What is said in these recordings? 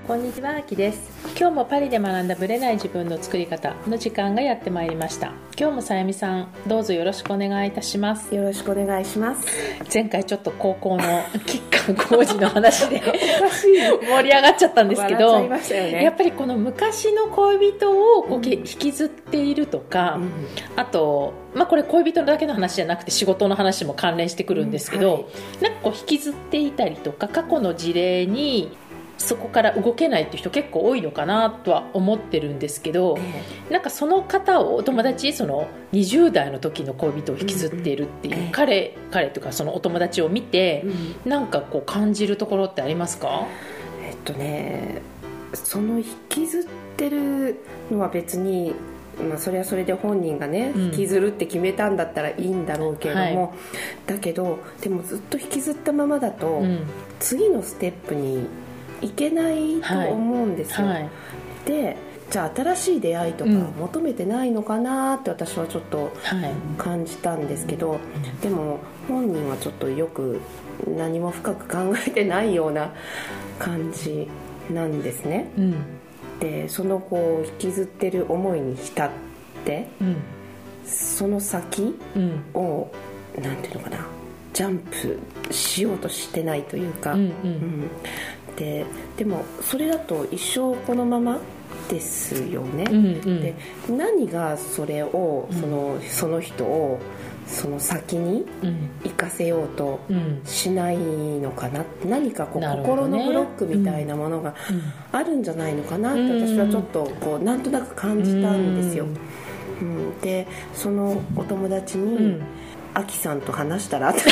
こんにちは、あきです。今日もパリで学んだブレない自分の作り方の時間がやってまいりました。今日もさゆみさん、どうぞよろしくお願いいたします。 よろしくお願いします。 前回ちょっと高校の吉川晃司の話で盛り上がっちゃったんですけど、 笑っちゃいましたよね。 やっぱりこの昔の恋人を引きずっているとか、あと、これ恋人だけの話じゃなくて仕事の話も関連してくるんですけど、なんか引きずっていたりとか過去の事例にそこから動けないっていう人結構多いのかなとは思ってるんですけど、なんかその方をお友達、その20代の時の恋人を引きずっているっていう彼というかそのお友達を見て、なんかこう感じるところってありますか？ その引きずってるのは別に、それはそれで本人がね、引きずるって決めたんだったらいいんだろうけれども、だけどでもずっと引きずったままだと、次のステップにいけないと思うんですよ。で、じゃあ新しい出会いとか求めてないのかなって私はちょっと感じたんですけど、でも本人はちょっとよく何も深く考えてないような感じなんですね。で、そのこう引きずってる思いに浸って、その先を、なんていうのかな、ジャンプしようとしてないというか、でもそれだと一生このままですよね。で、何がそれをその人をその先に行かせようとしないのかな、何かこう心のブロックみたいなものがあるんじゃないのかなって私はちょっとこうなんとなく感じたんですよ。で、そのお友達にアキさんと話したらアキ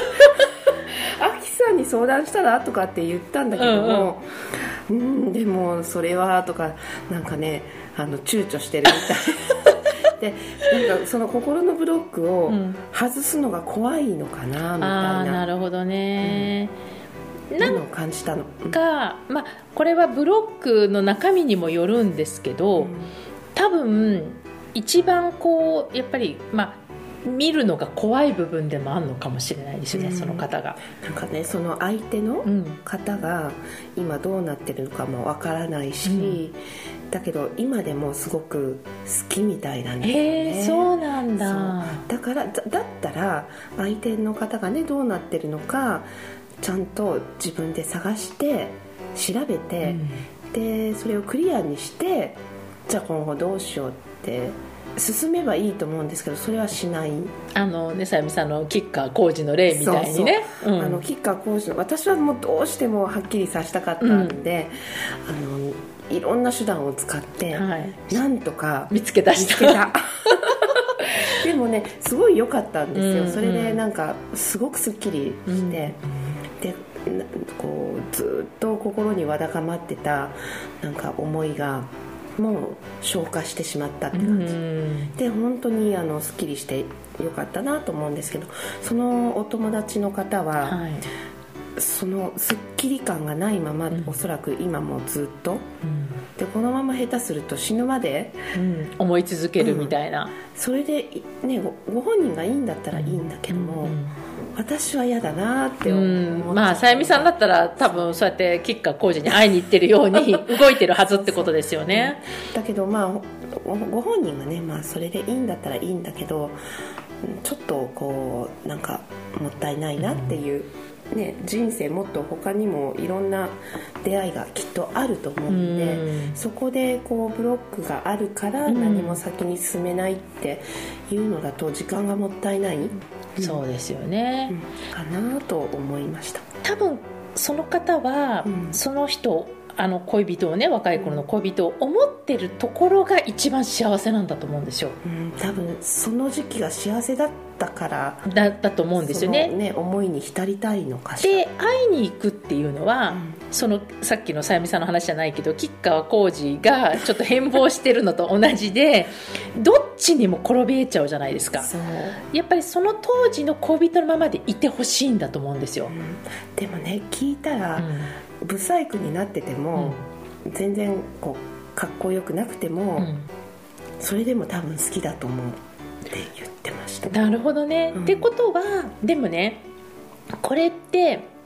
さんに相談したらとかって言ったんだけども、でもそれはとかなんかね、躊躇してるみたいで、なんかその心のブロックを外すのが怖いのかなみたいな、 なるほどね、 何を感じたのか、これはブロックの中身にもよるんですけど、多分一番こうやっぱり見るのが怖い部分でもあるのかもしれないですよね、その方が。 なんかね、その相手の方が今どうなってるのかもわからないし、だけど今でもすごく好きみたいなんですよね。 そうなんだ。 だからだったら相手の方がねどうなってるのかちゃんと自分で探して調べて、でそれをクリアにして、じゃあ今後どうしようって進めばいいと思うんですけど、それはしない。 さゆみさんの吉川晃司の例みたいにね、 吉川晃司の私はもうどうしてもはっきりさせたかったんで、いろんな手段を使って、なんとか見つけたでもね、すごい良かったんですよ。それでなんかすごくすっきりして、でこうずっと心にわだかまってたなんか思いがもう消化してしまったって感じで、本当にすっきりしてよかったなと思うんですけど、そのお友達の方は、そのすっきり感がないまま、おそらく今もずっと、でこのまま下手すると死ぬまで、 思い続けるみたいな、 それで、ね、ご本人がいいんだったらいいんだけども、私は嫌だなって思っちゃう。 さゆみさんだったら多分そうやって吉川晃司に会いに行ってるように動いてるはずってことですよね。 だけどご本人がね、それでいいんだったらいいんだけど、ちょっとこうなんかもったいないなっていう、人生もっと他にもいろんな出会いがきっとあると思うので、そこでこうブロックがあるから何も先に進めないっていうのだと時間がもったいない、 そうですよね、 かなと思いました。 多分その方は、その人恋人をね、若い頃の恋人を思ってるところが一番幸せなんだと思うんですよ。 多分その時期が幸せだったからだと思うんですよね。 思いに浸りたいのかしら。 で会いに行くっていうのは、そのさっきのさゆみさんの話じゃないけど吉川晃司がちょっと変貌してるのと同じでどっちにも転び得ちゃうじゃないですか。やっぱりその当時の恋人のままでいてほしいんだと思うんですよ。 でもね、聞いたら、ブサイクになってても、全然こうかっこよくなくても、それでも多分好きだと思うって言ってました。 なるほどね、ってことはでもね、これって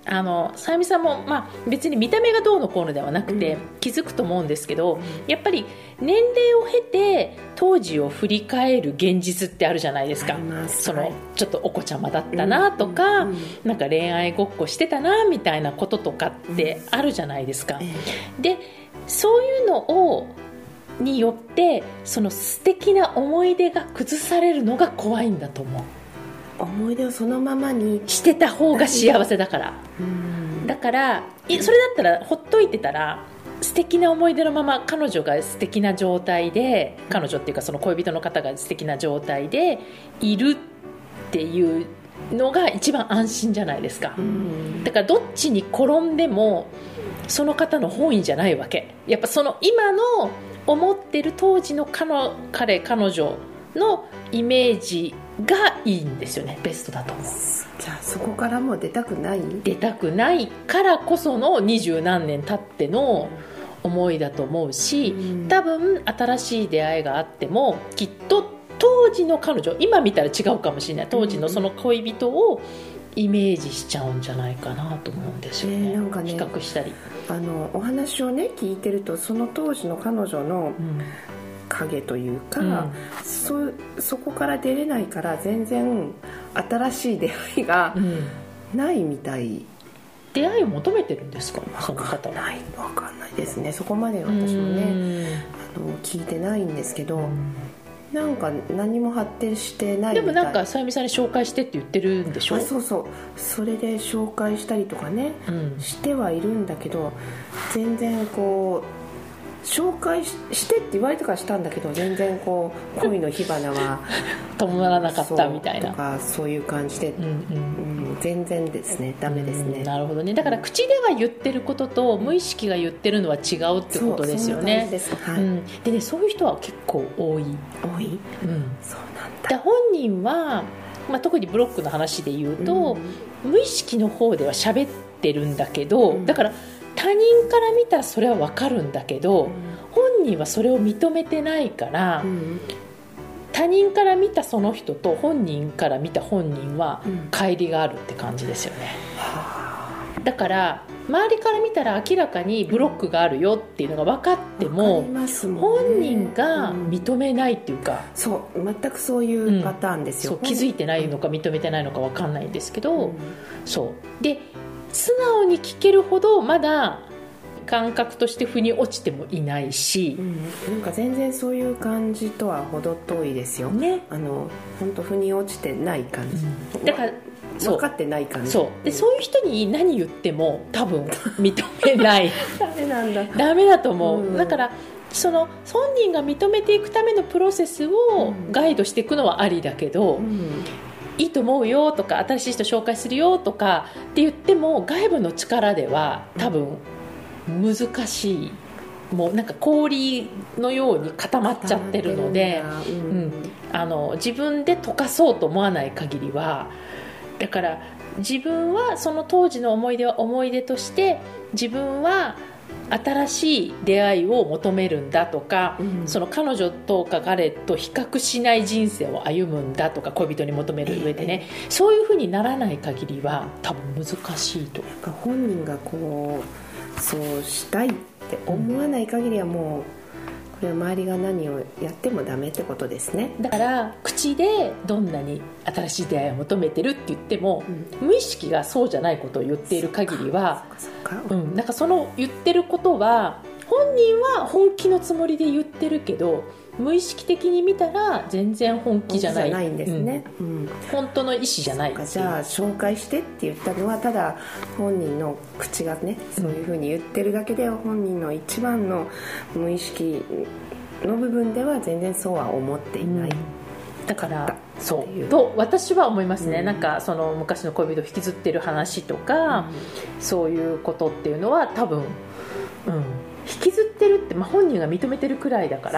さゆみさんも、別に見た目がどうのこうのではなくて、気づくと思うんですけど、やっぱり年齢を経て当時を振り返る現実ってあるじゃないですか。そのちょっとお子ちゃまだったなとか、なんか恋愛ごっこしてたなみたいなこととかってあるじゃないですか。でそういうのによってその素敵な思い出が崩されるのが怖いんだと思う。 思い出をそのままにしてた方が幸せだから。だからそれだったらほっといてたら素敵な思い出のまま彼女が素敵な状態で、彼女っていうかその恋人の方が素敵な状態でいるっていうのが一番安心じゃないですか。だからどっちに転んでもその方の本意じゃないわけ。やっぱその今の思ってる当時の彼女のイメージがいいんですよね。ベストだと思う。 じゃあそこからも出たくないからこその20何年経っての思いだと思うし、多分新しい出会いがあってもきっと当時の彼女、今見たら違うかもしれない、当時のその恋人をイメージしちゃうんじゃないかなと思うんですよね。なんかね、比較したりお話をね聞いてると、その当時の彼女の影というか、そこから出れないから全然新しい出会いがないみたい。 出会いを求めてるんですか、その方は。 分かんないですね。そこまで私もね聞いてないんですけど、なんか何も発展してないみたい。 でもなんかさゆみさんに紹介してって言ってるんでしょ。 そうそう、それで紹介したりとかね、してはいるんだけど、全然こう紹介してって言われてからしたんだけど、全然こう恋の火花は止まらなかったみたいなとか、そういう感じで、全然ですね、ダメですね。 なるほどね。だから口では言ってることと無意識が言ってるのは違うってことですよね。でね、そういう人は結構多い。そうなんだ。で本人は、特にブロックの話で言うと、無意識の方では喋ってるんだけど、だから他人から見たらそれは分かるんだけど、本人はそれを認めてないから、他人から見たその人と本人から見た本人は乖離があるって感じですよね。だから周りから見たら明らかにブロックがあるよっていうのが分かっても、本人が認めないっていうか、 そう全くそういうパターンですよ。 気づいてないのか認めてないのか分かんないんですけど、そうで素直に聞けるほどまだ感覚として腑に落ちてもいないし、 なんか全然そういう感じとは程遠いですよね。本当腑に落ちてない感じ、だから分かってない感じ。 でそういう人に何言っても多分認めないダメだと思う。だからその本人が認めていくためのプロセスをガイドしていくのはありだけど、いいと思うよとか新しい人紹介するよとかって言っても外部の力では多分難しい。もうなんか氷のように固まっちゃってるので、自分で溶かそうと思わない限りは、だから自分はその当時の思い出は思い出として、自分は新しい出会いを求めるんだとか、その彼女とか彼と比較しない人生を歩むんだとか、恋人に求める上でね、そういう風にならない限りは多分難しいと。 本人がこうそうしたいって思わない限りはもうこれは周りが何をやってもダメってことですね。 だから口でどんなに新しい出会いを求めてるって言っても、無意識がそうじゃないことを言っている限りは、なんかその言ってることは本人は本気のつもりで言ってるけど、無意識的に見たら全然本気じゃないんですね。 本当の意思じゃない。 じゃあ紹介してって言ったのはただ本人の口がね、そういうふうに言ってるだけで、本人の一番の無意識の部分では全然そうは思っていない。 だからそうと私は思いますね。なんかその昔の恋人を引きずってる話とか、そういうことっていうのは多分、引きずってるって、本人が認めてるくらいだから、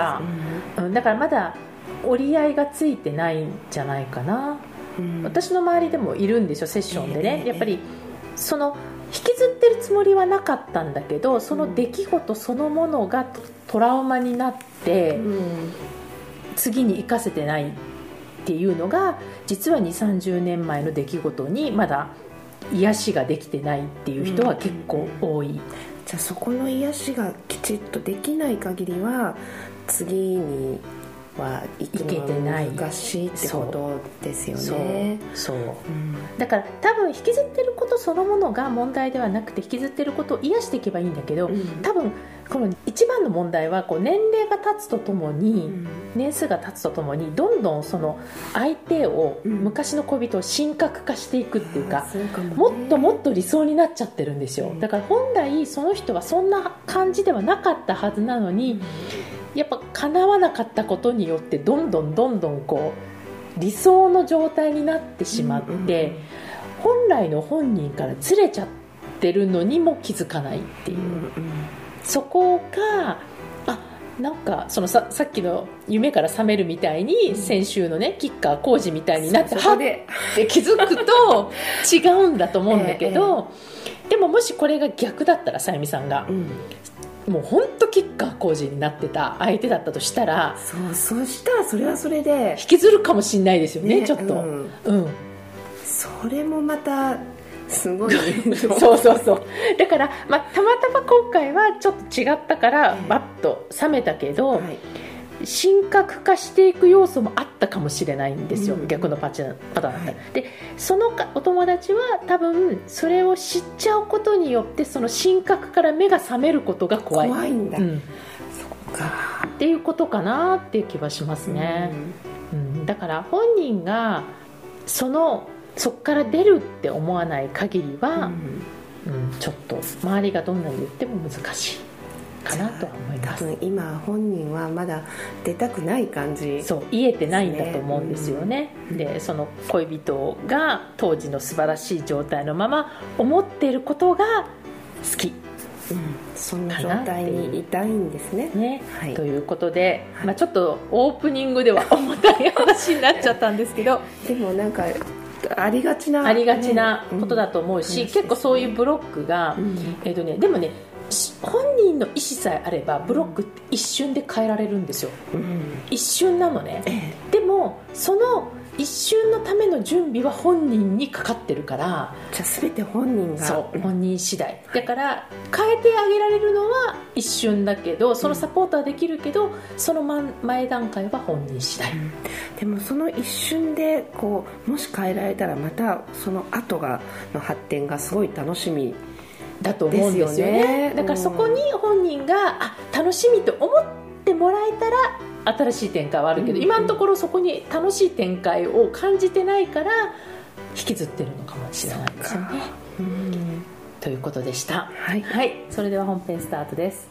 だからまだ折り合いがついてないんじゃないかな。私の周りでもいるんですよ、セッションでね。やっぱりその引きずってるつもりはなかったんだけど、その出来事そのものがトラウマになって、次に生かせてないっていうのが、実は 2,30 年前の出来事にまだ癒しができてないっていう人は結構多い。 じゃあそこの癒しがきちっとできない限りは次には行くのが難しいってことですよね。 そう、だから多分引きずってることそのものが問題ではなくて、引きずってることを癒していけばいいんだけど、多分この一番の問題はこう年齢が経つとともに、年数が経つとともにどんどんその相手を、昔の恋人を神格化していくっていうか、もっともっと理想になっちゃってるんですよ。だから本来その人はそんな感じではなかったはずなのに、やっぱ叶わなかったことによってどんどんこう理想の状態になってしまって、本来の本人からずれちゃってるのにも気づかないっていう、そこがなんかそのさっきの夢から覚めるみたいに、先週のね吉川晃司みたいになってはって気づくと違うんだと思うんだけど、でももしこれが逆だったら、さゆみさんが、もう本当吉川晃司になってた相手だったとしたら、 そうしたらそれはそれで引きずるかもしれないですよね、ちょっと、 それもまたすごいそうだから、たまたま今回はちょっと違ったからバッと冷めたけど、神格化していく要素もあったかもしれないんですよ、逆のパターンだったら、でそのお友達は多分それを知っちゃうことによって、その神格から目が覚めることが怖いんだ、 そうかっていうことかなっていう気はしますね、だから本人がそっから出るって思わない限りは、ちょっと周りがどんなに言っても難しいかなとは思います。 多分今本人はまだ出たくない感じ、 癒えてないんだと思うんですよね、でその恋人が当時の素晴らしい状態のまま思っていることが好き、 そんな状態にいたいんですね。 ということで、ちょっとオープニングでは重たい話になっちゃったんですけどでもなんかありがちなことだと思うし、結構そういうブロックが、でもね、本人の意思さえあればブロックって一瞬で変えられるんですよ、一瞬なのね、でもその一瞬のための準備は本人にかかってるから、 じゃあ全て本人が、 本人次第だから、変えてあげられるのは一瞬だけど、そのサポートはできるけど、その前段階は本人次第、 でもその一瞬でこうもし変えられたら、またその後の発展がすごい楽しみだと思うんですよね。だからそこに本人が楽しみと思ってもらえたら新しい展開はあるけど、今のところそこに楽しい展開を感じてないから引きずってるのかもしれないですよね。ということでした。それでは本編スタートです。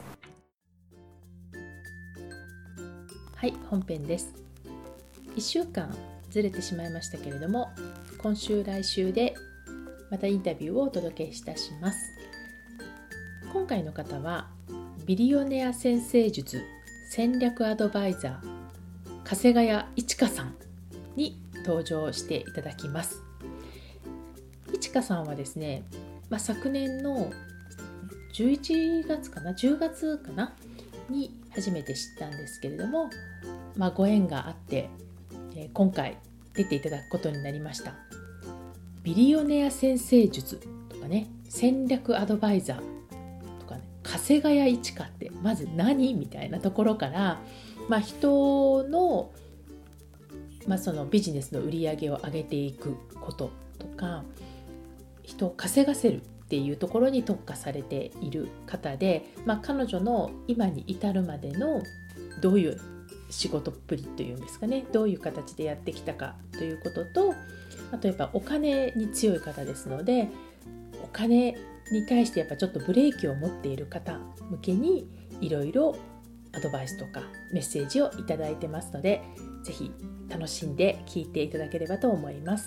本編です。1週間ずれてしまいましたけれども、今週来週でまたインタビューをお届けいたします。今回の方はビリオネア先生術戦略アドバイザー加瀬ヶ谷一華さんに登場していただきます。一華さんはですね、昨年の11月かな10月かなに初めて知ったんですけれども、ご縁があって、今回出ていただくことになりました。ビリオネア先生術とかね、戦略アドバイザーとかね、加瀬ヶ谷一華ってまず何みたいなところから、人の、そのビジネスの売り上げを上げていくこととか、人を稼がせるっていうところに特化されている方で、彼女の今に至るまでのどういう仕事っぷりというんですかね、どういう形でやってきたかということと、あとやっぱお金に強い方ですので、お金に対してやっぱちょっとブレーキを持っている方向けにいろいろアドバイスとかメッセージをいただいてますので、ぜひ楽しんで聞いていただければと思います。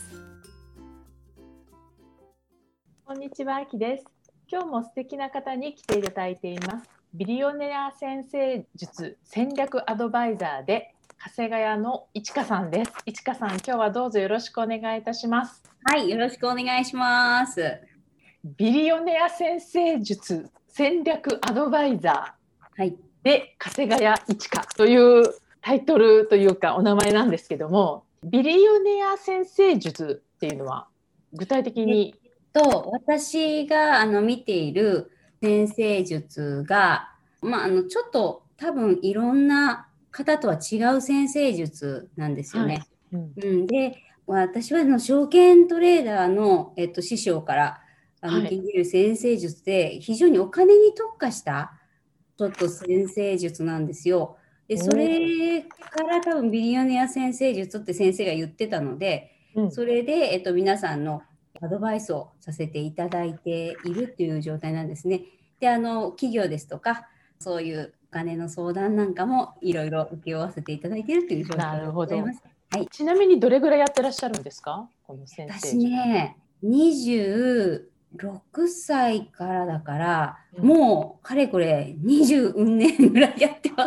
こんにちは、あきです。今日も素敵な方に来ていただいています。ビリオネア先生術戦略アドバイザーで加瀬ヶ谷の一華さんです。一華さん、今日はどうぞよろしくお願いいたします。 はい、よろしくお願いします。 ビリオネア先生術戦略アドバイザーで加瀬ヶ谷一華というタイトルというかお名前なんですけども、ビリオネア先生術っていうのは具体的に私が見ている先生術が、ちょっと多分いろんな方とは違う先生術なんですよね。で、私は証券トレーダーの、師匠から聞いている先生術で、非常にお金に特化したちょっと先生術なんですよ。で、それから多分ビリオネア先生術って先生が言ってたので、それで、皆さんのアドバイスをさせていただいているという状態なんですね。で、企業ですとか、そういうお金の相談なんかもいろいろ請け負わせていただいているという状況でございます。 はい、ちなみにどれぐらいやってらっしゃるんですか、この先生。 私ね、26歳からだから、もうかれこれ20年ぐらいやってます。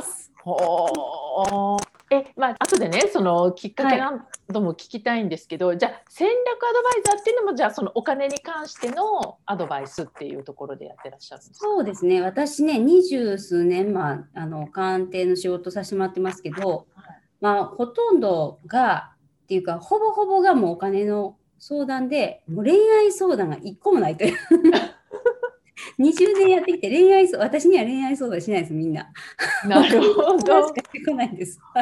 後でね、そのきっかけなども聞きたいんですけど、じゃあ戦略アドバイザーっていうのも、じゃあそのお金に関してのアドバイスっていうところでやってらっしゃるんですか？ そうですね、私ね、20数年、鑑定の仕事させてもらってますけど、ほとんどが、っていうか、ほぼほぼがもうお金の相談で、もう恋愛相談が1個もないという。20年やってきて私には恋愛相談しないです、みんな。 なるほど。 しかしてこないです。はい。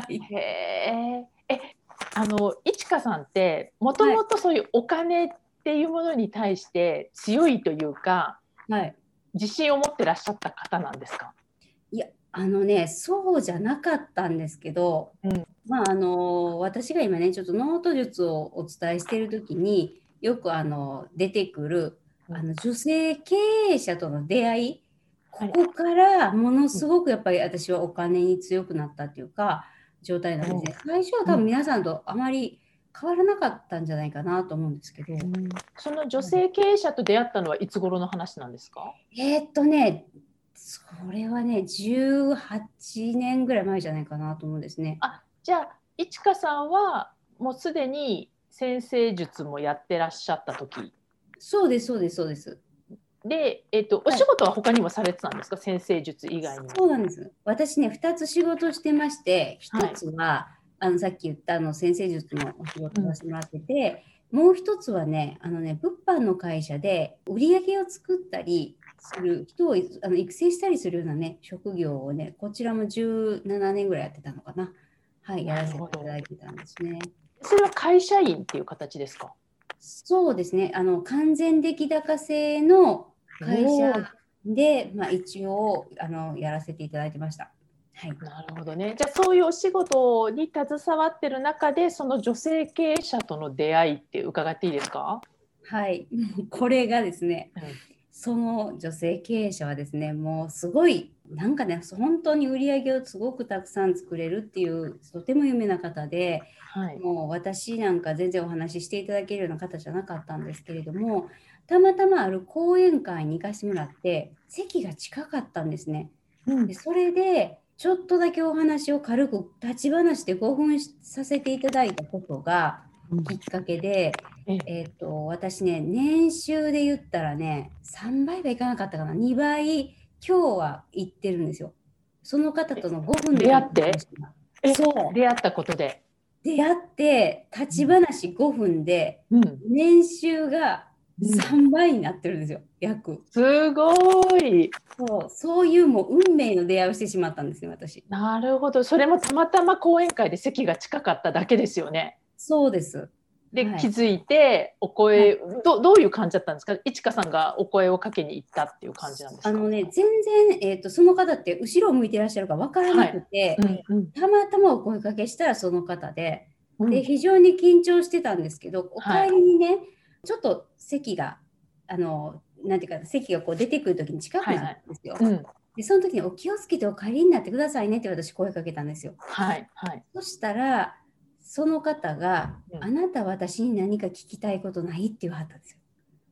いちかさんってもともとそういうお金っていうものに対して強いというか、自信を持ってらっしゃった方なんですか？ いや、そうじゃなかったんですけど、私が今ね、ちょっとノート術をお伝えしているときによく出てくる女性経営者との出会い、ここからものすごくやっぱり私はお金に強くなったっていうか状態なんですね。最初は多分皆さんとあまり変わらなかったんじゃないかなと思うんですけど、 その女性経営者と出会ったのはいつ頃の話なんですか？ それはね、18年ぐらい前じゃないかなと思うんですね。 じゃあいちかさんはもうすでに先生術もやってらっしゃった時？ そうですそうですそうです。 で、お仕事は他にもされてたんですか？先生術以外にも。 そうなんです。私ね、2つ仕事してまして、1つは、さっき言った先生術のお仕事をさせてもらってて、もう1つはね、物販の会社で売り上げを作ったりする人を育成したりするようなね、職業をね、こちらも17年ぐらいやってたのかな。はい、やらせていただいてたんですね。 それは会社員っていう形ですか？ そうですね。完全出来高制の会社で、一応やらせていただいてました。はい、 なるほどね。じゃあそういうお仕事に携わってる中で、その女性経営者との出会いって伺っていいですか？ はい、これがですね、その女性経営者はですね、もうすごいなんかね、本当に売り上げをすごくたくさん作れるっていうとても有名な方で、もう私なんか全然お話ししていただけるような方じゃなかったんですけれども、たまたまある講演会に行かせてもらって席が近かったんですね。でそれでちょっとだけお話を軽く立ち話で5分させていただいたことがきっかけで、私ね、年収で言ったらね、3倍はいかなかったかな、2倍今日は行ってるんですよ。その方との5分で出会って、 そう出会ったことで出会って立ち話5分で、年収が3倍になってるんですよ、約。 すごい。 そういうもう運命の出会いをしてしまったんですよ、私。 なるほど。それもたまたま講演会で席が近かっただけですよね。 そうです。 で、気づいてお声、どういう感じだったんですか？いちかさんがお声をかけに行ったっていう感じなんですか？ 全然、その方って後ろを向いていらっしゃるか分からなくて、たまたまお声かけしたらその方で、非常に緊張してたんですけど、お帰りにね、ちょっと席がなんていうか、席がこう出てくるときに近くなるんですよ。でその時にお気をつけてお帰りになってくださいねって私声かけたんですよ。そしたらその方が、あなた私に何か聞きたいことないって言わはったんですよ。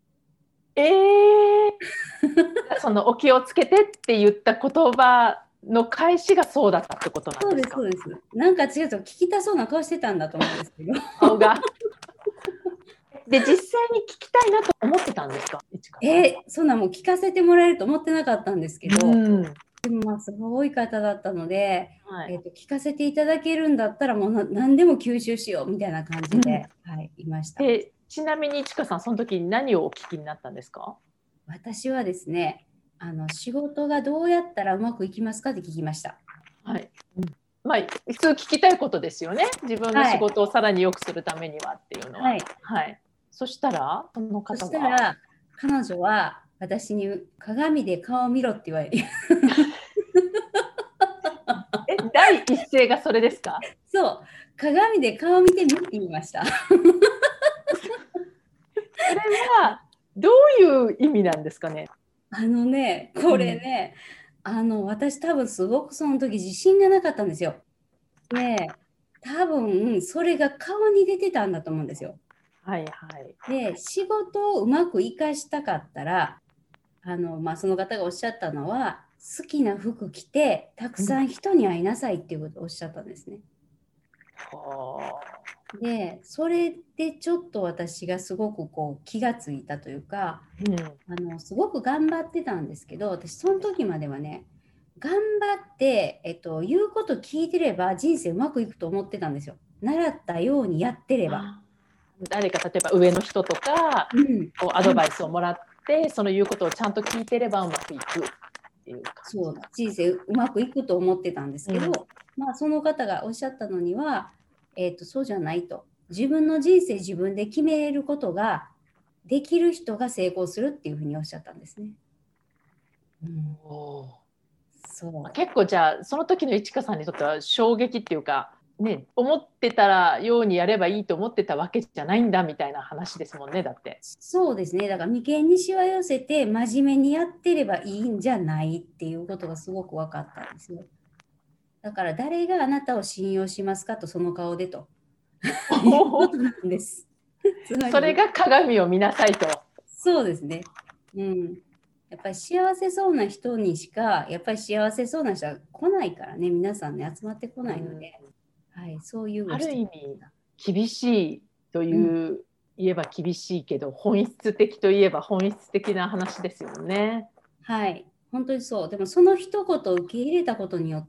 そのお気をつけてって言った言葉の返しがそうだったってことなんですか？ そうです、そうです。なんか違うと聞きたそうな顔してたんだと思うんですけど。 顔が。で、実際に聞きたいなと思ってたんですか？ そんなもう聞かせてもらえると思ってなかったんですけど、でもすごい方だったので、聞かせていただけるんだったらもう何でも吸収しようみたいな感じで、いました。 で、 ちなみにいちかさん、その時に何をお聞きになったんですか？ 私はですね、仕事がどうやったらうまくいきますかって聞きました。 はい。まあ、普通聞きたいことですよね。自分の仕事をさらに良くするためにはっていうのは。 はい。 はい。そしたら、その方は。 そしたら、彼女は私に鏡で顔を見ろって言われる。 第一声がそれですか？ そう。鏡で顔を見てみって言いました。それはどういう意味なんですかね？ これね、私多分すごくその時自信がなかったんですよ。で、多分それが顔に出てたんだと思うんですよ。 はいはい。 で、仕事をうまく生かしたかったら、その方がおっしゃったのは、好きな服着てたくさん人に会いなさいっていうことをおっしゃったんですね。で、それでちょっと私がすごくこう気がついたというか、すごく頑張ってたんですけど、私その時まではね、頑張って、言うこと聞いてれば人生うまくいくと思ってたんですよ。習ったようにやってれば。 誰か例えば上の人とか、こうアドバイスをもらって、その言うことをちゃんと聞いてればうまくいくっていうか。 そう、人生うまくいくと思ってたんですけど、その方がおっしゃったのには、そうじゃないと。自分の人生自分で決めることができる人が成功するっていうふうにおっしゃったんですね。 そう結構じゃあその時のいちかさんにとっては衝撃っていうか、ね、思ってたようにやればいいと思ってたわけじゃないんだみたいな話ですもんね。だってそうですね。だから眉間にしわ寄せて真面目にやってればいいんじゃないっていうことがすごく分かったんですよ。だから誰があなたを信用しますかと、その顔でということなんです。 それが鏡を見なさいと。 そうですね。やっぱり幸せそうな人にしか、やっぱり幸せそうな人は来ないからね、皆さんね、集まってこないので、はい、そういうある意味厳しいという、言えば厳しいけど、本質的といえば本質的な話ですよね。 はい、本当にそう。でもその一言を受け入れたことによって、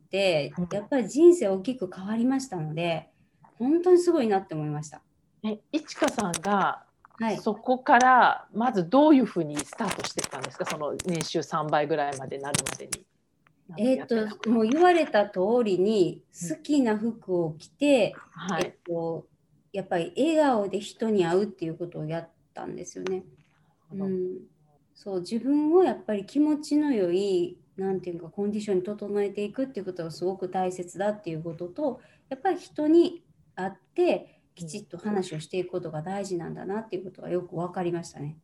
やっぱり人生大きく変わりましたので、本当にすごいなって思いました。 いちかさんがそこからまずどういうふうにスタートしてきたんですか？その年収3倍ぐらいまでなるまでに。 もう言われた通りに好きな服を着て、やっぱり笑顔で人に会うっていうことをやったんですよね。そう、自分をやっぱり気持ちの良い、なんていうかコンディションに整えていくっていうことがすごく大切だっていうことと、やっぱり人に会ってきちっと話をしていくことが大事なんだなっていうことがよく分かりましたね。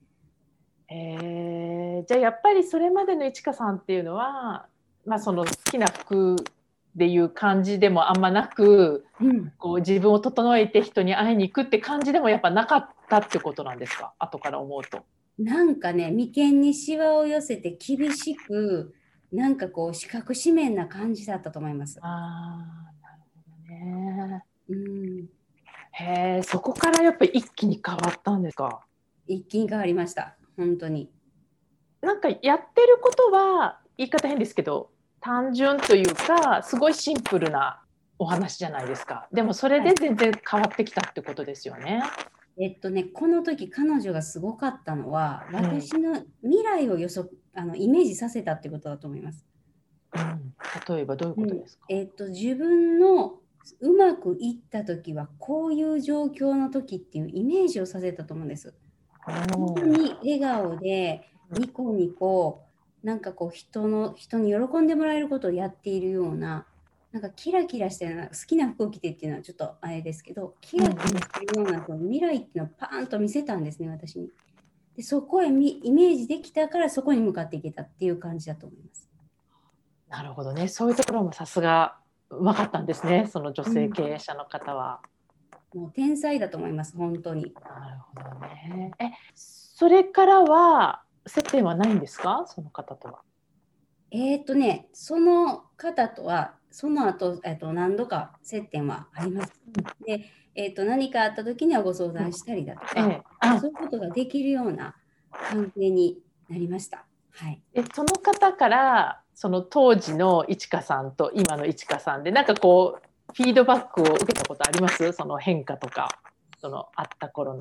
じゃあやっぱりそれまでのいちかさんっていうのは、その好きな服でいう感じでもあんまなく、こう自分を整えて人に会いに行くって感じでもやっぱなかったってことなんですか？後から思うと。 なんかね、眉間にしわを寄せて厳しく、なんかこう四角四面な感じだったと思います。 なるほどね。そこからやっぱり一気に変わったんですか？ 一気に変わりました、本当に。 なんかやってることは言い方変ですけど単純というかすごいシンプルなお話じゃないですか。でもそれで全然変わってきたってことですよね。 この時彼女がすごかったのは、私の未来をイメージさせたってことだと思います。 例えばどういうことですか？ 自分のうまくいった時はこういう状況の時っていうイメージをさせたと思うんです。本当に笑顔でニコニコ、なんかこう人に喜んでもらえることをやっているような、なんかキラキラしたような、好きな服を着てっていうのはちょっとあれですけど、キラキラしてるような未来っていうのをパーンと見せたんですね、私に。でそこへイメージできたから、そこに向かっていけたっていう感じだと思います。 なるほどね。そういうところもさすが分かったんですね、その女性経営者の方は。 もう天才だと思います、本当に。 なるほどね。それからは接点はないんですか？その方とは。 その方とはその後、何度か接点はあります。で、何かあった時にはご相談したりだとか、そういうことができるような関係になりました。はい。 その方からその当時のいちかさんと今のいちかさんでなんかこうフィードバックを受けたことあります？その変化とか、そのあった頃の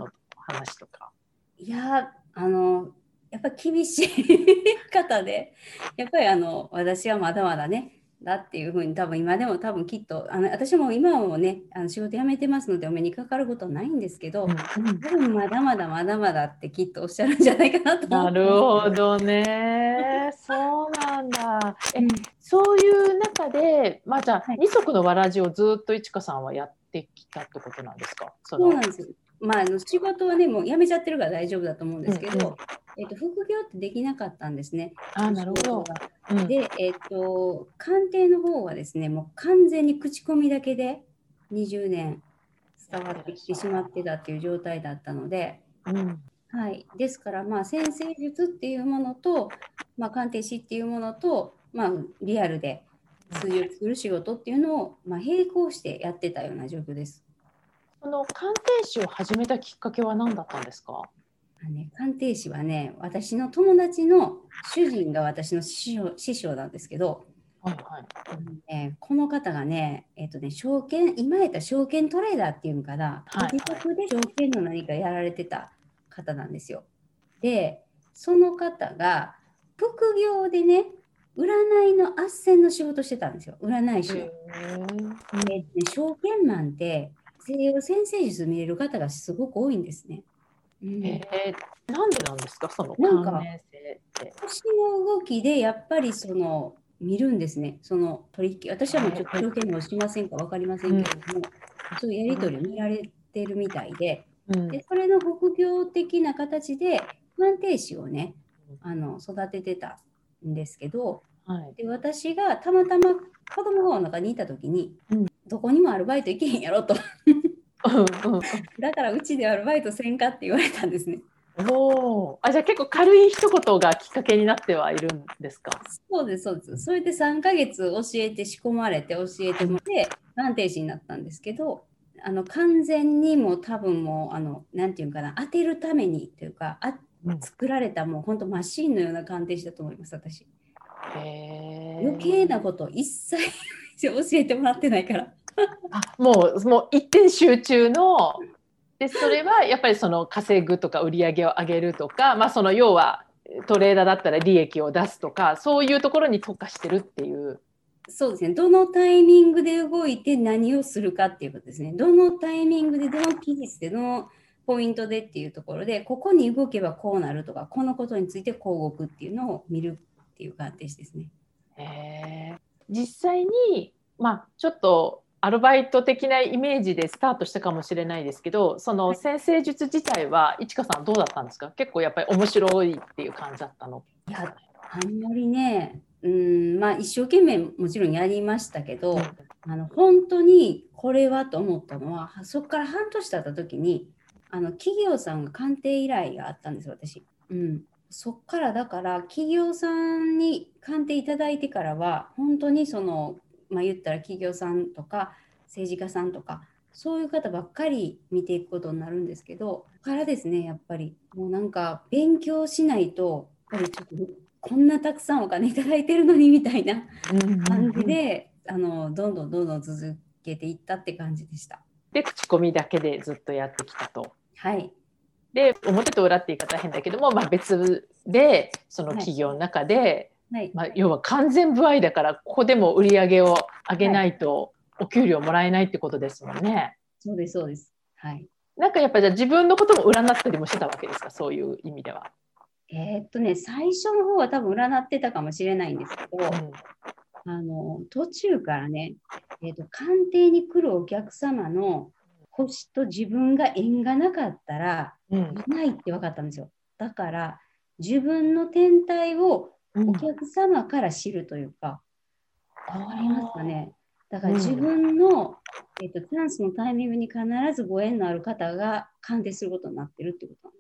話とか。 いや、やっぱり厳しい方で、やっぱり私はまだまだね、だっていうふうに多分今でも多分きっと私も今もね仕事辞めてますのでお目にかかることはないんですけど、多分まだまだまだまだってきっとおっしゃるんじゃないかなと思なってるほどね。そうなんだ。そういう中で、じゃあ、二足のわらじをずっといちかさんはやってきたってことなんですか？ そうなんですよ。仕事はね、もう辞めちゃってるから大丈夫だと思うんですけど、副業ってできなかったんですね。 なるほど。 で、鑑定の方はですね、もう完全に口コミだけで20年伝わってきてしまってたっていう状態だったので、はい、ですから、先生術っていうものと、鑑定士っていうものと、リアルで数字を作る仕事っていうのを、並行してやってたような状況です。 その鑑定士を始めたきっかけは何だったんですか？ 鑑定士はね、私の友達の主人が私の師匠なんですけど、この方がね、証券、今やったら証券トレーダーっていうのかな、自宅で証券の何かやられてた方なんですよ。で、その方が副業でね、占いの斡旋の仕事してたんですよ、占い師の。証券マンって西洋占星術見れる方がすごく多いんですね。 なんでなんですか、その関連性って。 星の動きでやっぱり見るんですね、その取引。私はもうちょっと証券もしませんか分かりませんけれども、そういうやり取りを見られてるみたいで、でそれの副業的な形で鑑定士をね、育ててたんですけど、で私がたまたま子供がお腹にいた時に、どこにもアルバイト行けへんやろとだからうちでアルバイトせんかって言われたんですね。 じゃあ結構軽い一言がきっかけになってはいるんですか？ そうです、そうです。それで3ヶ月教えて仕込まれて教えてもらって鑑定士になったんですけど、完全にもう多分もうなんていうかな、当てるためにというか作られたもう本当マシンのような鑑定士だと思います、私。余計なこと一切教えてもらってないからもう一点集中ので、それはやっぱりその稼ぐとか売り上げを上げるとか、その要はトレーダーだったら利益を出すとか、そういうところに特化してるっていう。 そうですね、どのタイミングで動いて何をするかっていうことですね。どのタイミングでどの期日でどのポイントでっていうところで、ここに動けばこうなるとか、このことについてこう動くっていうのを見るっていう鑑定士ですね。 実際にちょっとアルバイト的なイメージでスタートしたかもしれないですけど、その占星術自体はいちかさんどうだったんですか？結構やっぱり面白いっていう感じだったの？ いや、あんまりね、一生懸命もちろんやりましたけど、本当にこれはと思ったのは、そこから半年経った時に企業さんが鑑定依頼があったんですよ、私。そっからだから企業さんに鑑定いただいてからは本当に言ったら企業さんとか政治家さんとかそういう方ばっかり見ていくことになるんですけど、からですね、やっぱりもうなんか勉強しないとやっぱりちょっとこんなたくさんお金いただいてるのにみたいな感じでどんどん続けていったって感じでした。 で口コミだけでずっとやってきたと。 はい。 で表と裏って言い方変だけども、別でその企業の中で、要は完全歩合だからここでも売り上げを上げないとお給料もらえないってことですもんね。 そうですそうです。はい。 なんかやっぱりじゃあ自分のことも占ったりもしてたわけですか？そういう意味では。 最初の方は多分占ってたかもしれないんですけど、途中からね、鑑定に来るお客様の星と自分が縁がなかったらいないって分かったんですよ。だから自分の天体をお客様から知るというか、わかりますかね。だから自分の、チャンスのタイミングに必ずご縁のある方が鑑定することになってるってこと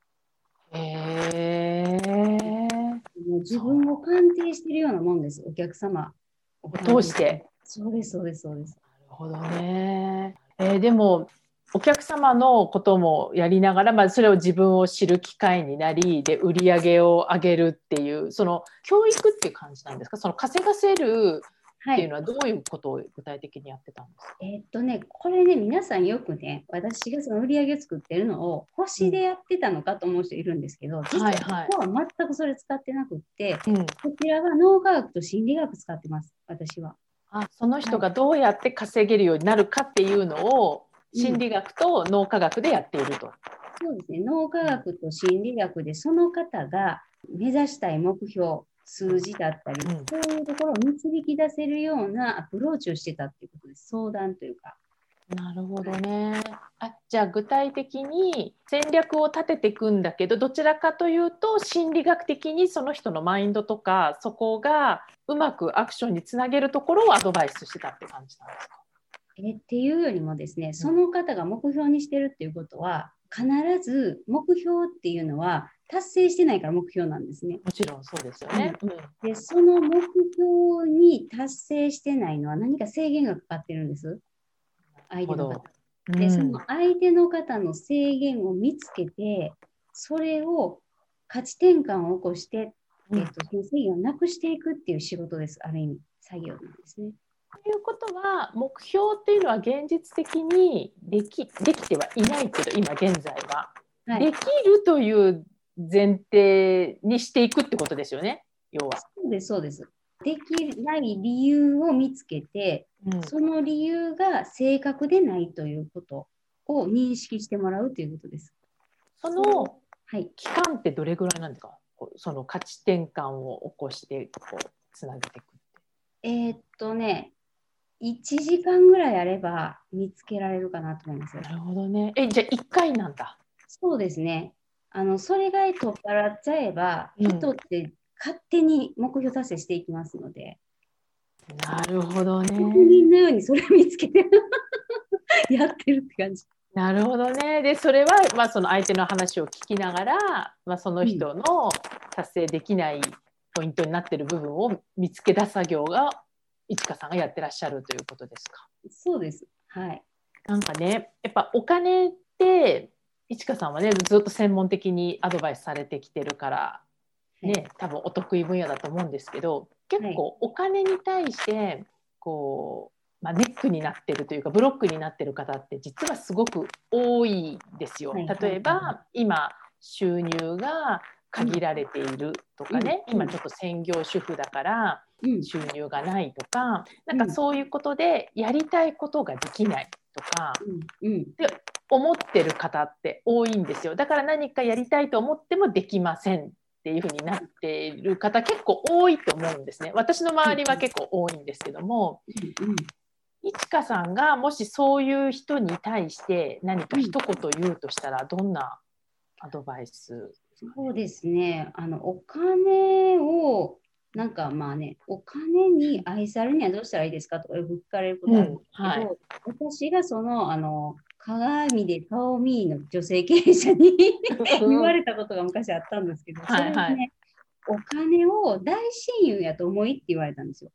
なんですよ。もう自分を鑑定してるようなもんです、お客様を通して。 そうですそうですそうです。 なるほどね。でもお客様のこともやりながら、それを自分を知る機会になりで売り上げを上げるっていうその教育っていう感じなんですか？その稼がせるっていうのはどういうことを具体的にやってたんですか？ これね、皆さんよくね、私がその売り上げを作ってるのを星でやってたのかと思う人いるんですけど、実はここは全くそれ使ってなくって、こちらは脳科学と心理学使ってます、私は。 その人がどうやって稼げるようになるかっていうのを、心理学と脳科学でやっていると。 そうですね、脳科学と心理学でその方が目指したい目標、数字だったり、そういうところを導き出せるようなアプローチをしてたっていうことです。相談というか。 なるほどね。じゃあ具体的に戦略を立てていくんだけど、どちらかというと心理学的にその人のマインドとか、そこがうまくアクションにつなげるところをアドバイスしてたって感じなんですか？ っていうよりもですね、その方が目標にしてるっていうことは、必ず目標っていうのは達成してないから目標なんですね。 もちろんそうですよね。 で、その目標に達成してないのは何か制限がかかってるんです。相手の方。で、その相手の方の制限を見つけて、それを価値転換を起こして、その制限をなくしていくっていう仕事です。ある意味、作業なんですね。 ということは、目標っていうのは現実的にできてはいないけど、今現在は、できるという前提にしていくってことですよね、要は。 そうです、そうです。できない理由を見つけて、その理由が正確でないということを認識してもらうということです。 その期間ってどれぐらいなんですか？その価値転換を起こしてつなげていくって。 1時間ぐらいあれば見つけられるかなと思います。 なるほどね。じゃあ1回なんだ。 そうですね。それが取っ払っちゃえば、人って勝手に目標達成していきますので。 なるほどね。 職人のようにそれを見つけてやってるって感じ。 なるほどね。で、それは、その相手の話を聞きながら、その人の達成できないポイントになっている部分を見つけ出す作業が、いちかさんがやってらっしゃるということですか？ そうです。はい。 なんかね、やっぱお金って、いちかさんはね、ずっと専門的にアドバイスされてきてるから、ね、多分お得意分野だと思うんですけど、結構お金に対して、ネックになってるというか、ブロックになってる方って実はすごく多いですよ。例えば、今、収入が限られているとかね、今ちょっと専業主婦だから収入がないとか、なんかそういうことでやりたいことができないとか、って思ってる方って多いんですよ。だから何かやりたいと思ってもできませんっていう風になっている方結構多いと思うんですね。私の周りは結構多いんですけども、いちかさんがもしそういう人に対して何か一言言うとしたら、どんなアドバイス？ そうですね。お金を、お金に愛されるにはどうしたらいいですかとかよく聞かれることあるんですけど、私が鏡で顔見の女性経営者に言われたことが昔あったんですけど、それはね、お金を大親友やと思いって言われたんですよ。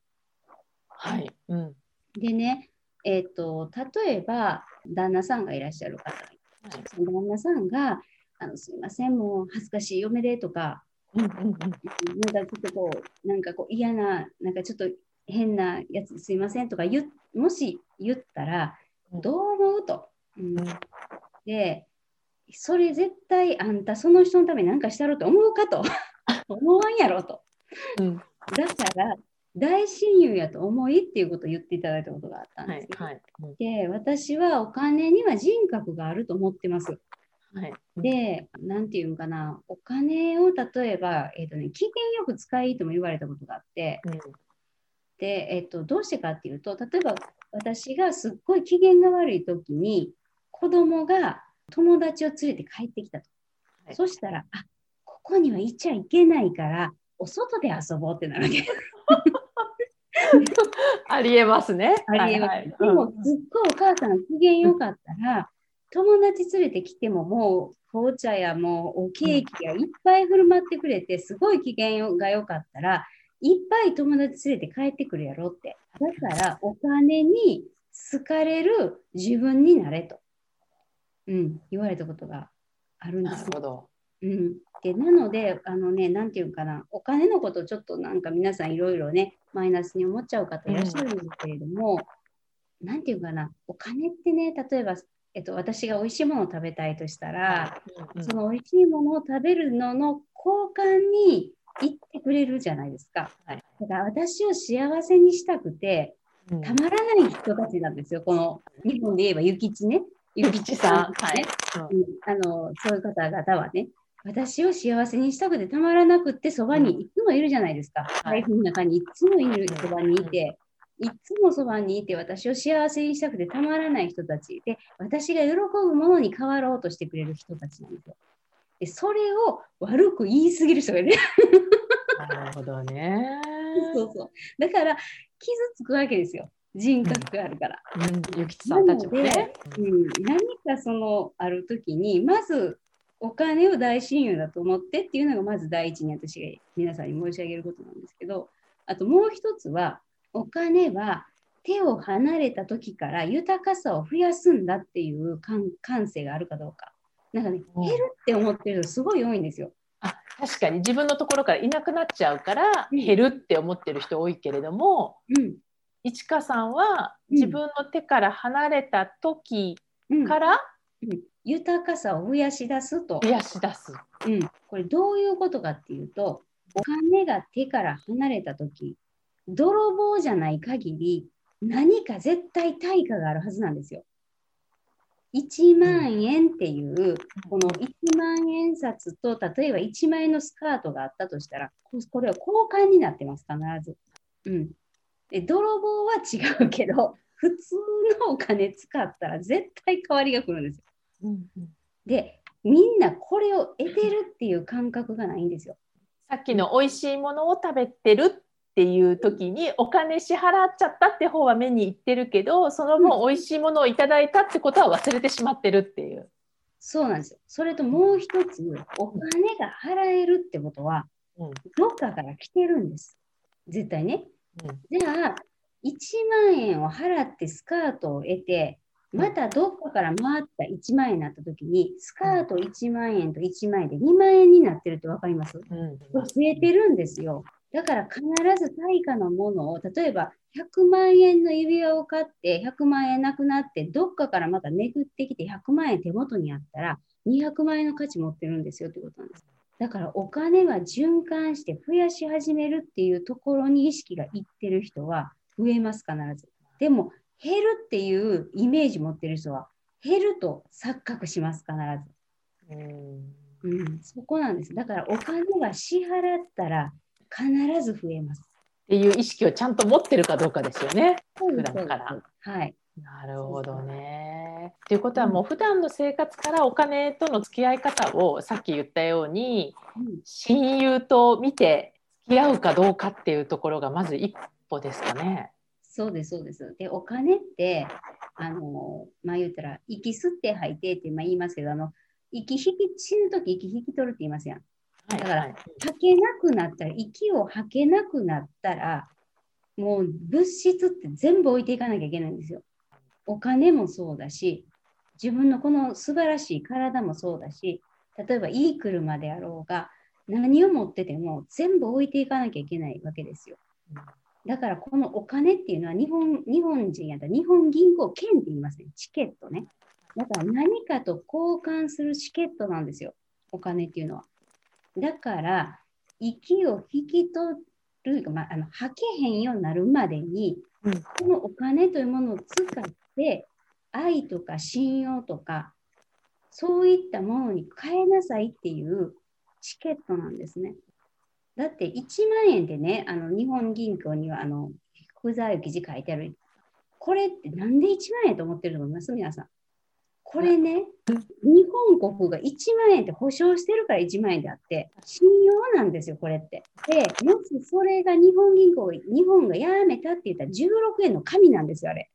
でね、例えば、旦那さんがいらっしゃる方、その旦那さんが、すいません、もう恥ずかしい嫁でとか、なんかちょっと嫌な、なんかちょっと変なやつすいませんとかもし言ったら、どう思うと。で、それ絶対あんたその人のために何かしたろうと思うかと。思わんやろと。だから、大親友やと思いっていうことを言っていただいたことがあったんですけど、で、私はお金には人格があると思ってます。で、なんていうのかな、お金を例えば、機嫌よく使いとも言われたことがあって、で、どうしてかっていうと、例えば私がすっごい機嫌が悪い時に、子供が友達を連れて帰ってきたと。そしたら、ここには行っちゃいけないから、お外で遊ぼうってなるわけ。 ありえますね。 ありえます。でも、すっごいお母さんが機嫌よかったら、友達連れてきてももう紅茶やもうケーキがいっぱい振る舞ってくれて、すごい機嫌が良かったら、いっぱい友達連れて帰ってくるやろって。だからお金に好かれる自分になれと、言われたことがあるんです。 なるほど。 でなのでなんていうかな、お金のことちょっとなんか皆さんいろいろねマイナスに思っちゃう方いらっしゃるんですけれども、なんていうかな、お金ってね、例えば、私が美味しいものを食べたいとしたら、その美味しいものを食べるのの交換に行ってくれるじゃないですか。だから私を幸せにしたくてたまらない人たちなんですよ。この日本で言えば諭吉ね。 諭吉さん、 そういう方々はね、私を幸せにしたくてたまらなくってそばにいつもいるじゃないですか。財布の中にいつもいるそばにいて、いつもそばにいて私を幸せにしたくてたまらない人たちで、私が喜ぶものに変わろうとしてくれる人たちなんですよ。でそれを悪く言いすぎる人がいる。 なるほどね。 そうそう。だから傷つくわけですよ。人格があるから。 諭吉さんたちもね。 何かそのある時にまずお金を大親友だと思ってっていうのがまず第一に私が皆さんに申し上げることなんですけど、あともう一つはお金は手を離れた時から豊かさを増やすんだっていう感性があるかどうか。なんかね、減るって思ってる人すごい多いんですよ。 確かに自分のところからいなくなっちゃうから減るって思ってる人多いけれども、いちかさんは自分の手から離れた時から、 豊かさを増やし出すと。 増やし出す。 これどういうことかっていうと、お金が手から離れた時、泥棒じゃない限り何か絶対対価があるはずなんですよ。1万円っていうこの1万円札と例えば1万円のスカートがあったとしたら、これは交換になってます必ず。で泥棒は違うけど普通のお金使ったら絶対代わりが来るんですよ。でみんなこれを得てるっていう感覚がないんですよ。 さっきの美味しいものを食べてるっていう時にお金支払っちゃったって方は目にいってるけど、その分美味しいものをいただいたってことは忘れてしまってるっていう。 そうなんですよ。それともう一つ、お金が払えるってことは、どっかから来てるんです。絶対ね。じゃあ1万円を払ってスカートを得て、またどっかから回った1万円になった時にスカート1万円と1万円で2万円になってるって分かります？増えてるんですよ。だから必ず対価のものを、例えば100万円の指輪を買って100万円なくなってどっかからまた巡ってきて100万円手元にあったら200万円の価値持ってるんですよってことなんです。だからお金は循環して増やし始めるっていうところに意識がいってる人は増えます必ず。でも減るっていうイメージ持ってる人は減ると錯覚します必ず。そこなんです。だからお金は支払ったら必ず増えますっていう意識をちゃんと持ってるかどうかですよね。普段から。 はい。 なるほどね。ということはもう普段の生活からお金との付き合い方をさっき言ったように、親友と見て付き合うかどうかっていうところがまず一歩ですかね。 そうですそうです。でお金って言ったら息吸って吐いてって言いますけど死ぬ時息引き取るって言いますやん。だから吐けなくなったら息を吐けなくなったらもう物質って全部置いていかなきゃいけないんですよ。お金もそうだし自分のこの素晴らしい体もそうだし、例えばいい車であろうが何を持ってても全部置いていかなきゃいけないわけですよ。だからこのお金っていうのは日本人やったら日本銀行券って言いますね。チケットね。だから何かと交換するチケットなんですよ。お金っていうのは。だから息を引き取る、吐けへんようになるまでに、このお金というものを使って愛とか信用とかそういったものに変えなさいっていうチケットなんですね。だって1万円でね、日本銀行には福沢諭吉書いてある。これってなんで1万円と思ってると思います皆さん。これね、日本国が1万円って保証してるから1万円であって、信用なんですよ、これって。で、もしそれが日本がやめたって言ったら16円の紙なんですよ、あれ。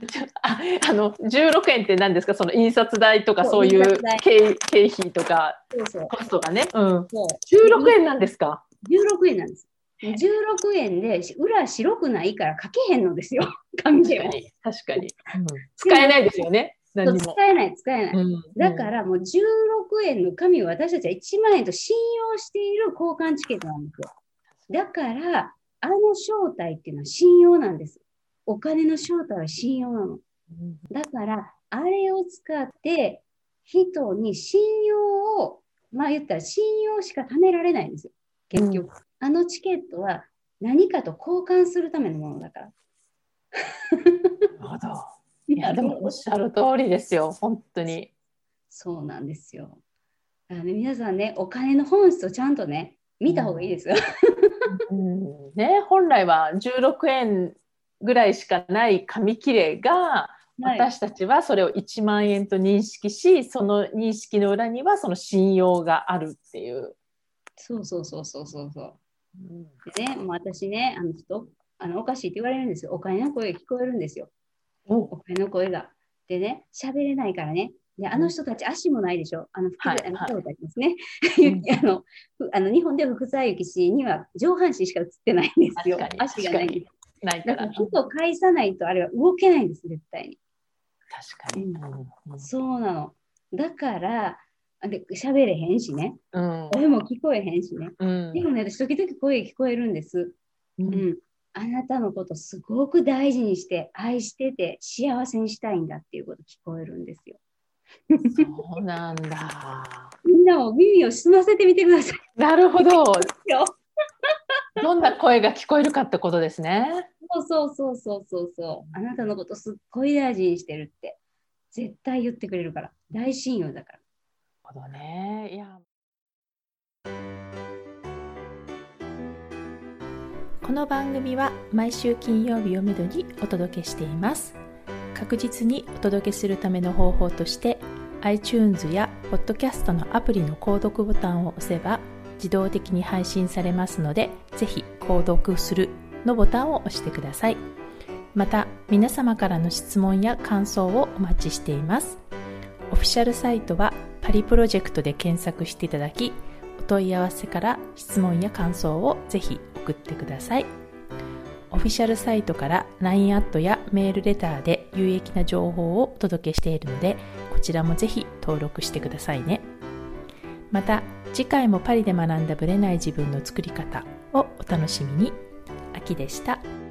16円って何ですか？その印刷代とかそういう経費とかコストがね。16円なんですか ？16円なんです。16円で裏白くないから書けへんのですよ、紙でも。 確かに。使えないですよね。 何にも。 使えない。だからもう16円の紙を私たちは1万円と信用している交換チケットなんですよ。だから、あの正体っていうのは信用なんです。お金の正体は信用なの。だから、あれを使って人に信用を、言ったら信用しか貯められないんですよ。結局。あのチケットは何かと交換するためのものだから。 なるほど。いや、でもおっしゃる通りですよ。本当に。 そうなんですよ。皆さんね、お金の本質をちゃんとね、見た方がいいですよ。 ね、本来は16円ぐらいしかない紙切れが、私たちはそれを1万円と認識し、その認識の裏にはその信用があるっていう。 そう。でね、もう私ね、おかしいって言われるんですよ。お金の声が聞こえるんですよ。お金の声が。でね、喋れないからね。で、あの人たち足もないでしょ。人たちですね。日本では福沢諭吉には上半身しか映ってないんですよ。足がないんです。だから人を返さないとあれは動けないんです、絶対に。 確かに。 そうなの。だから、喋れへんしね。声も聞こえへんしね。でもね、私時々声聞こえるんです。あなたのことすごく大事にして愛してて幸せにしたいんだっていうこと聞こえるんですよ。 そうなんだ。 みんなも耳を澄ませてみてください。 なるほど。どんな声が聞こえるかってことですね。 そう。あなたのことすっごい大事にしてるって絶対言ってくれるから。大親友だから。 なるほどね。いや。この番組は毎週金曜日をめどにお届けしています。確実にお届けするための方法として iTunes や Podcast のアプリの購読ボタンを押せば自動的に配信されますので、ぜひ購読するのボタンを押してください。また皆様からの質問や感想をお待ちしています。オフィシャルサイトはパリプロジェクトで検索していただき、お問い合わせから質問や感想をぜひ送ってください。オフィシャルサイトから LINE アットやメールレターで有益な情報をお届けしているので、こちらもぜひ登録してくださいね。また次回もパリで学んだブレない自分の作り方をお楽しみに。あきでした。